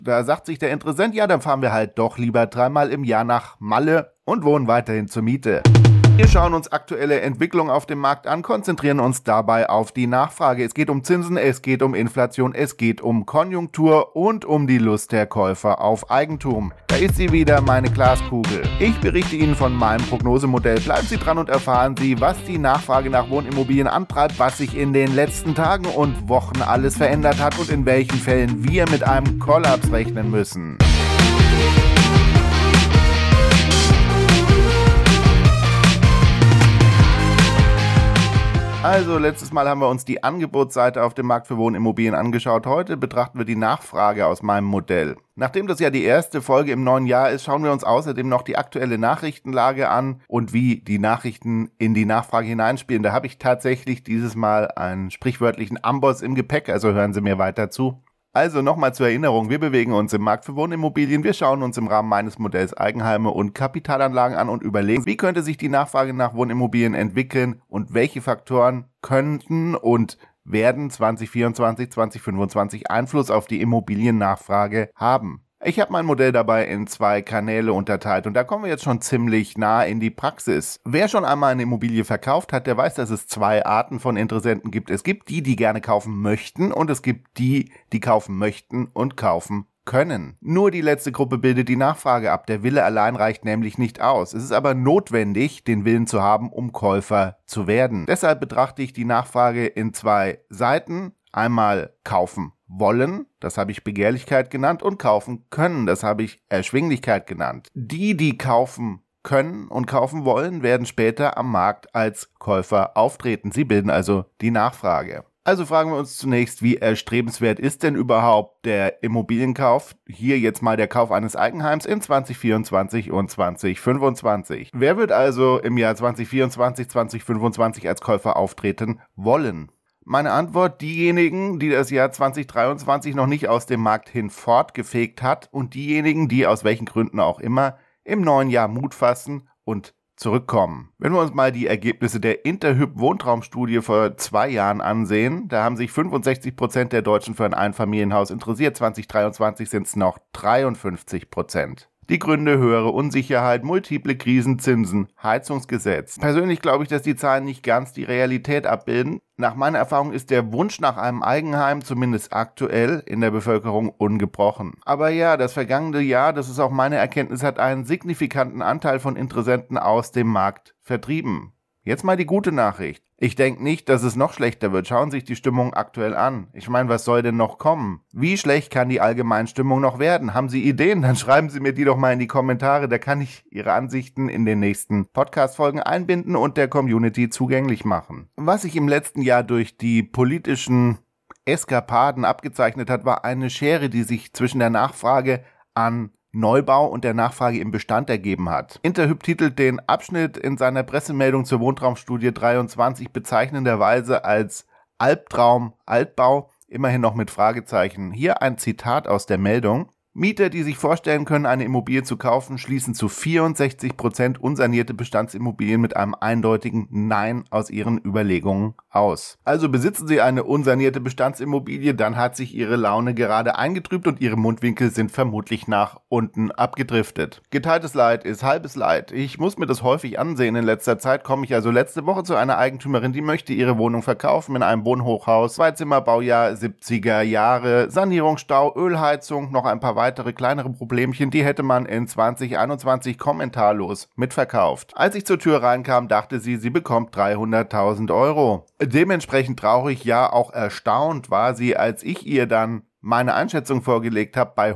Da sagt sich der Interessent, ja, dann fahren wir halt doch lieber 3-mal im Jahr nach Malle und wohnen weiterhin zur Miete. Wir schauen uns aktuelle Entwicklungen auf dem Markt an, konzentrieren uns dabei auf die Nachfrage. Es geht um Zinsen, es geht um Inflation, es geht um Konjunktur und um die Lust der Käufer auf Eigentum. Da ist sie wieder, meine Glaskugel. Ich berichte Ihnen von meinem Prognosemodell. Bleiben Sie dran und erfahren Sie, was die Nachfrage nach Wohnimmobilien antreibt, was sich in den letzten Tagen und Wochen alles verändert hat und in welchen Fällen wir mit einem Kollaps rechnen müssen. Also, letztes Mal haben wir uns die Angebotsseite auf dem Markt für Wohnimmobilien angeschaut. Heute betrachten wir die Nachfrage aus meinem Modell. Nachdem das ja die erste Folge im neuen Jahr ist, schauen wir uns außerdem noch die aktuelle Nachrichtenlage an und wie die Nachrichten in die Nachfrage hineinspielen. Da habe ich tatsächlich dieses Mal einen sprichwörtlichen Amboss im Gepäck, also hören Sie mir weiter zu. Also nochmal zur Erinnerung, wir bewegen uns im Markt für Wohnimmobilien, wir schauen uns im Rahmen meines Modells Eigenheime und Kapitalanlagen an und überlegen, wie könnte sich die Nachfrage nach Wohnimmobilien entwickeln und welche Faktoren könnten und werden 2024, 2025 Einfluss auf die Immobiliennachfrage haben. Ich habe mein Modell dabei in 2 Kanäle unterteilt und da kommen wir jetzt schon ziemlich nah in die Praxis. Wer schon einmal eine Immobilie verkauft hat, der weiß, dass es 2 Arten von Interessenten gibt. Es gibt die gerne kaufen möchten und es gibt die kaufen möchten und kaufen können. Nur die letzte Gruppe bildet die Nachfrage ab. Der Wille allein reicht nämlich nicht aus. Es ist aber notwendig, den Willen zu haben, um Käufer zu werden. Deshalb betrachte ich die Nachfrage in 2 Seiten. Einmal kaufen wollen, das habe ich Begehrlichkeit genannt, und kaufen können, das habe ich Erschwinglichkeit genannt. Die kaufen können und kaufen wollen, werden später am Markt als Käufer auftreten. Sie bilden also die Nachfrage. Also fragen wir uns zunächst, wie erstrebenswert ist denn überhaupt der Immobilienkauf? Hier jetzt mal der Kauf eines Eigenheims in 2024 und 2025. Wer wird also im Jahr 2024, 2025 als Käufer auftreten wollen? Meine Antwort, diejenigen, die das Jahr 2023 noch nicht aus dem Markt hin fortgefegt hat und diejenigen, die aus welchen Gründen auch immer im neuen Jahr Mut fassen und zurückkommen. Wenn wir uns mal die Ergebnisse der Interhyp Wohntraumstudie vor 2 Jahren ansehen, da haben sich 65% der Deutschen für ein Einfamilienhaus interessiert, 2023 sind es noch 53%. Die Gründe: höhere Unsicherheit, multiple Krisen, Zinsen, Heizungsgesetz. Persönlich glaube ich, dass die Zahlen nicht ganz die Realität abbilden. Nach meiner Erfahrung ist der Wunsch nach einem Eigenheim zumindest aktuell in der Bevölkerung ungebrochen. Aber ja, das vergangene Jahr, das ist auch meine Erkenntnis, hat einen signifikanten Anteil von Interessenten aus dem Markt vertrieben. Jetzt mal die gute Nachricht. Ich denke nicht, dass es noch schlechter wird. Schauen Sie sich die Stimmung aktuell an. Ich meine, was soll denn noch kommen? Wie schlecht kann die Allgemeinstimmung noch werden? Haben Sie Ideen? Dann schreiben Sie mir die doch mal in die Kommentare. Da kann ich Ihre Ansichten in den nächsten Podcast-Folgen einbinden und der Community zugänglich machen. Was sich im letzten Jahr durch die politischen Eskapaden abgezeichnet hat, war eine Schere, die sich zwischen der Nachfrage an Neubau und der Nachfrage im Bestand ergeben hat. Interhyp titelt den Abschnitt in seiner Pressemeldung zur Wohntraumstudie 23 bezeichnenderweise als Albtraum Altbau, immerhin noch mit Fragezeichen. Hier ein Zitat aus der Meldung. Mieter, die sich vorstellen können, eine Immobilie zu kaufen, schließen zu 64% unsanierte Bestandsimmobilien mit einem eindeutigen Nein aus ihren Überlegungen aus. Also besitzen Sie eine unsanierte Bestandsimmobilie, dann hat sich Ihre Laune gerade eingetrübt und Ihre Mundwinkel sind vermutlich nach unten abgedriftet. Geteiltes Leid ist halbes Leid. Ich muss mir das häufig ansehen. In letzter Zeit komme ich also letzte Woche zu einer Eigentümerin, die möchte ihre Wohnung verkaufen in einem Wohnhochhaus. 2-Zimmer, Baujahr 70er Jahre, Sanierungsstau, Ölheizung, noch ein paar weitere kleinere Problemchen, die hätte man in 2021 kommentarlos mitverkauft. Als ich zur Tür reinkam, dachte sie bekommt 300.000 €. Dementsprechend traurig, ja auch erstaunt war sie, als ich ihr dann meine Einschätzung vorgelegt habe, bei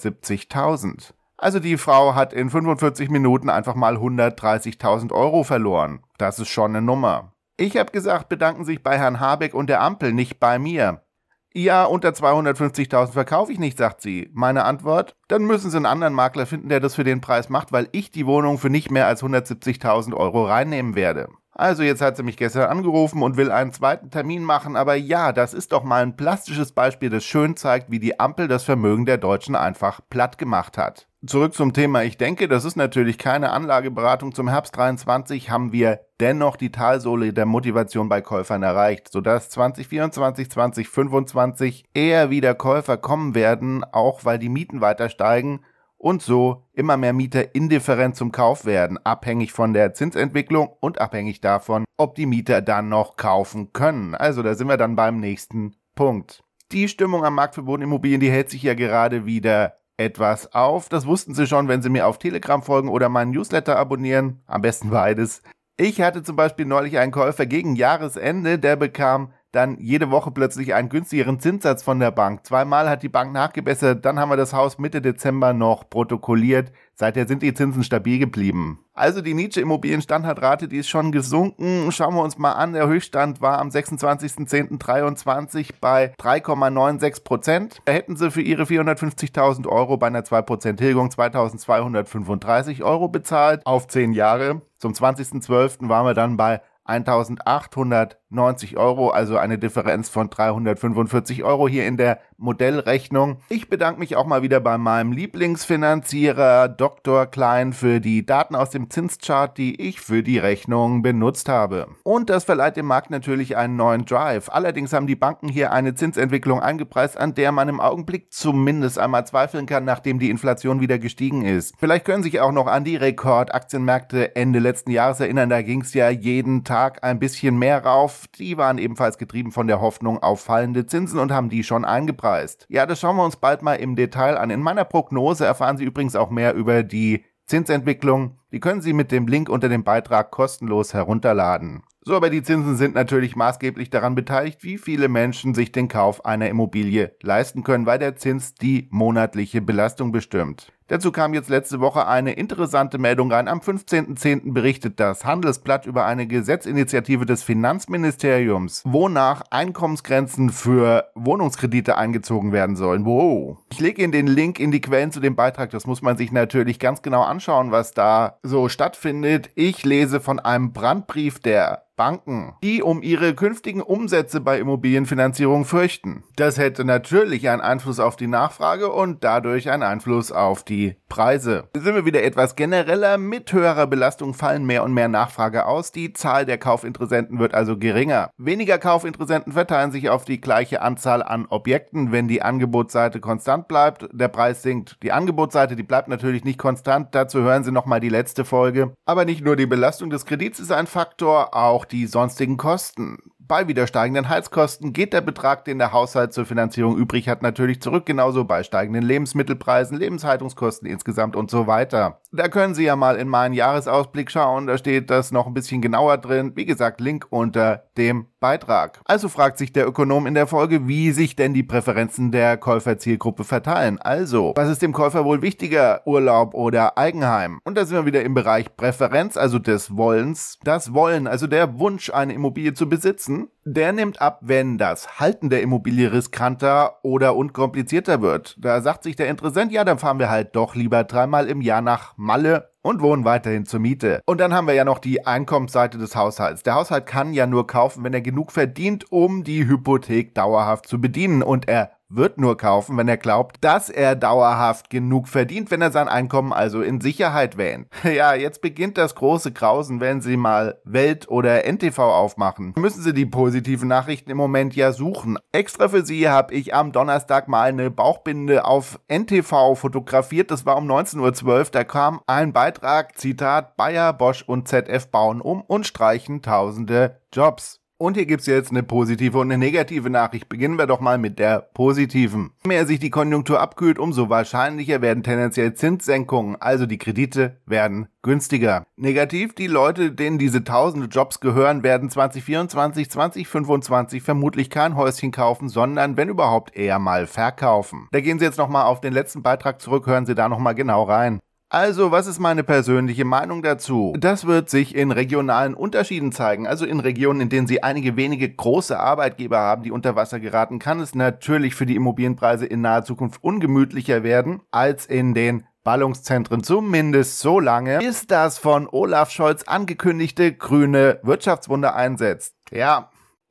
170.000. Also die Frau hat in 45 Minuten einfach mal 130.000 € verloren. Das ist schon eine Nummer. Ich habe gesagt, bedanken Sie sich bei Herrn Habeck und der Ampel, nicht bei mir. Ja, unter 250.000 verkaufe ich nicht, sagt sie. Meine Antwort? Dann müssen Sie einen anderen Makler finden, der das für den Preis macht, weil ich die Wohnung für nicht mehr als 170.000 € reinnehmen werde. Also jetzt hat sie mich gestern angerufen und will einen zweiten Termin machen, aber ja, das ist doch mal ein plastisches Beispiel, das schön zeigt, wie die Ampel das Vermögen der Deutschen einfach platt gemacht hat. Zurück zum Thema. Ich denke, das ist natürlich keine Anlageberatung. Zum Herbst 23 haben wir dennoch die Talsohle der Motivation bei Käufern erreicht, sodass 2024, 2025 eher wieder Käufer kommen werden, auch weil die Mieten weiter steigen und so immer mehr Mieter indifferent zum Kauf werden, abhängig von der Zinsentwicklung und abhängig davon, ob die Mieter dann noch kaufen können. Also da sind wir dann beim nächsten Punkt. Die Stimmung am Markt für Wohnimmobilien, die hält sich ja gerade wieder etwas auf. Das wussten Sie schon, wenn Sie mir auf Telegram folgen oder meinen Newsletter abonnieren. Am besten beides. Ich hatte zum Beispiel neulich einen Käufer gegen Jahresende, der bekam dann jede Woche plötzlich einen günstigeren Zinssatz von der Bank. Zweimal hat die Bank nachgebessert, dann haben wir das Haus Mitte Dezember noch protokolliert. Seither sind die Zinsen stabil geblieben. Also die Nietzsche Immobilienstandhaltrate, die ist schon gesunken. Schauen wir uns mal an, der Höchststand war am 26.10.23 bei 3,96%. Da hätten Sie für Ihre 450.000 Euro bei einer 2% Tilgung 2.235 Euro bezahlt auf 10 Jahre. Zum 20.12. waren wir dann bei 1.890 Euro, also eine Differenz von 345 Euro hier in der Modellrechnung. Ich bedanke mich auch mal wieder bei meinem Lieblingsfinanzierer Dr. Klein für die Daten aus dem Zinschart, die ich für die Rechnung benutzt habe. Und das verleiht dem Markt natürlich einen neuen Drive. Allerdings haben die Banken hier eine Zinsentwicklung eingepreist, an der man im Augenblick zumindest einmal zweifeln kann, nachdem die Inflation wieder gestiegen ist. Vielleicht können Sie sich auch noch an die Rekordaktienmärkte Ende letzten Jahres erinnern, da ging es ja jeden Tag ein bisschen mehr rauf. Die waren ebenfalls getrieben von der Hoffnung auf fallende Zinsen und haben die schon eingepreist. Ja, das schauen wir uns bald mal im Detail an. In meiner Prognose erfahren Sie übrigens auch mehr über die Zinsentwicklung. Die können Sie mit dem Link unter dem Beitrag kostenlos herunterladen. So, aber die Zinsen sind natürlich maßgeblich daran beteiligt, wie viele Menschen sich den Kauf einer Immobilie leisten können, weil der Zins die monatliche Belastung bestimmt. Dazu kam jetzt letzte Woche eine interessante Meldung rein. Am 15.10. berichtet das Handelsblatt über eine Gesetzinitiative des Finanzministeriums, wonach Einkommensgrenzen für Wohnungskredite eingezogen werden sollen. Wow. Ich lege Ihnen den Link in die Quellen zu dem Beitrag. Das muss man sich natürlich ganz genau anschauen, was da so stattfindet. Ich lese von einem Brandbrief der Banken, die um ihre künftigen Umsätze bei Immobilienfinanzierung fürchten. Das hätte natürlich einen Einfluss auf die Nachfrage und dadurch einen Einfluss auf die Preise. Sind wir wieder etwas genereller, mit höherer Belastung fallen mehr und mehr Nachfrage aus. Die Zahl der Kaufinteressenten wird also geringer. Weniger Kaufinteressenten verteilen sich auf die gleiche Anzahl an Objekten, wenn die Angebotsseite konstant bleibt, der Preis sinkt. Die Angebotsseite, die bleibt natürlich nicht konstant, dazu hören Sie nochmal die letzte Folge. Aber nicht nur die Belastung des Kredits ist ein Faktor, auch die sonstigen Kosten. Bei wieder steigenden Heizkosten geht der Betrag, den der Haushalt zur Finanzierung übrig hat, natürlich zurück, genauso bei steigenden Lebensmittelpreisen, Lebenshaltungskosten insgesamt und so weiter. Da können Sie ja mal in meinen Jahresausblick schauen, da steht das noch ein bisschen genauer drin. Wie gesagt, Link unter dem Beitrag. Also fragt sich der Ökonom in der Folge, wie sich denn die Präferenzen der Käuferzielgruppe verteilen. Also, was ist dem Käufer wohl wichtiger, Urlaub oder Eigenheim? Und da sind wir wieder im Bereich Präferenz, also des Wollens. Das Wollen, also der Wunsch, eine Immobilie zu besitzen, der nimmt ab, wenn das Halten der Immobilie riskanter oder unkomplizierter wird. Da sagt sich der Interessent, ja, dann fahren wir halt doch lieber 3-mal im Jahr nach Malle und wohnen weiterhin zur Miete. Und dann haben wir ja noch die Einkommensseite des Haushalts. Der Haushalt kann ja nur kaufen, wenn er genug verdient, um die Hypothek dauerhaft zu bedienen. Und er wird nur kaufen, wenn er glaubt, dass er dauerhaft genug verdient, wenn er sein Einkommen also in Sicherheit wähnt. Ja, jetzt beginnt das große Grausen, wenn Sie mal Welt oder NTV aufmachen. Müssen Sie die positiven Nachrichten im Moment ja suchen. Extra für Sie habe ich am Donnerstag mal eine Bauchbinde auf NTV fotografiert. Das war um 19.12 Uhr. Da kam ein Beitrag, Zitat, Bayer, Bosch und ZF bauen um und streichen tausende Jobs. Und hier gibt's jetzt eine positive und eine negative Nachricht. Beginnen wir doch mal mit der positiven. Je mehr sich die Konjunktur abkühlt, umso wahrscheinlicher werden tendenziell Zinssenkungen, also die Kredite werden günstiger. Negativ, die Leute, denen diese tausende Jobs gehören, werden 2024, 2025 vermutlich kein Häuschen kaufen, sondern wenn überhaupt eher mal verkaufen. Da gehen Sie jetzt nochmal auf den letzten Beitrag zurück, hören Sie da nochmal genau rein. Also, was ist meine persönliche Meinung dazu? Das wird sich in regionalen Unterschieden zeigen. Also in Regionen, in denen Sie einige wenige große Arbeitgeber haben, die unter Wasser geraten, kann es natürlich für die Immobilienpreise in naher Zukunft ungemütlicher werden als in den Ballungszentren, zumindest so lange, bis das von Olaf Scholz angekündigte grüne Wirtschaftswunder einsetzt. Ja,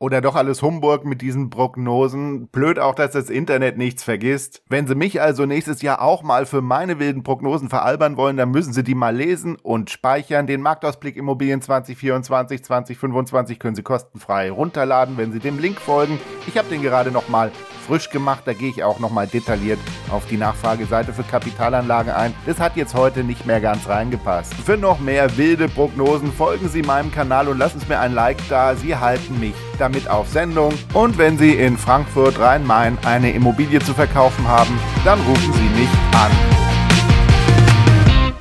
Oder doch alles Humbug mit diesen Prognosen? Blöd auch, dass das Internet nichts vergisst. Wenn Sie mich also nächstes Jahr auch mal für meine wilden Prognosen veralbern wollen, dann müssen Sie die mal lesen und speichern. Den Marktausblick Immobilien 2024, 2025 können Sie kostenfrei runterladen, wenn Sie dem Link folgen. Ich habe den gerade nochmal frisch gemacht, da gehe ich auch nochmal detailliert auf die Nachfrageseite für Kapitalanlage ein. Das hat jetzt heute nicht mehr ganz reingepasst. Für noch mehr wilde Prognosen folgen Sie meinem Kanal und lassen Sie mir ein Like da. Sie halten mich damit auf Sendung. Und wenn Sie in Frankfurt, Rhein-Main eine Immobilie zu verkaufen haben, dann rufen Sie mich an.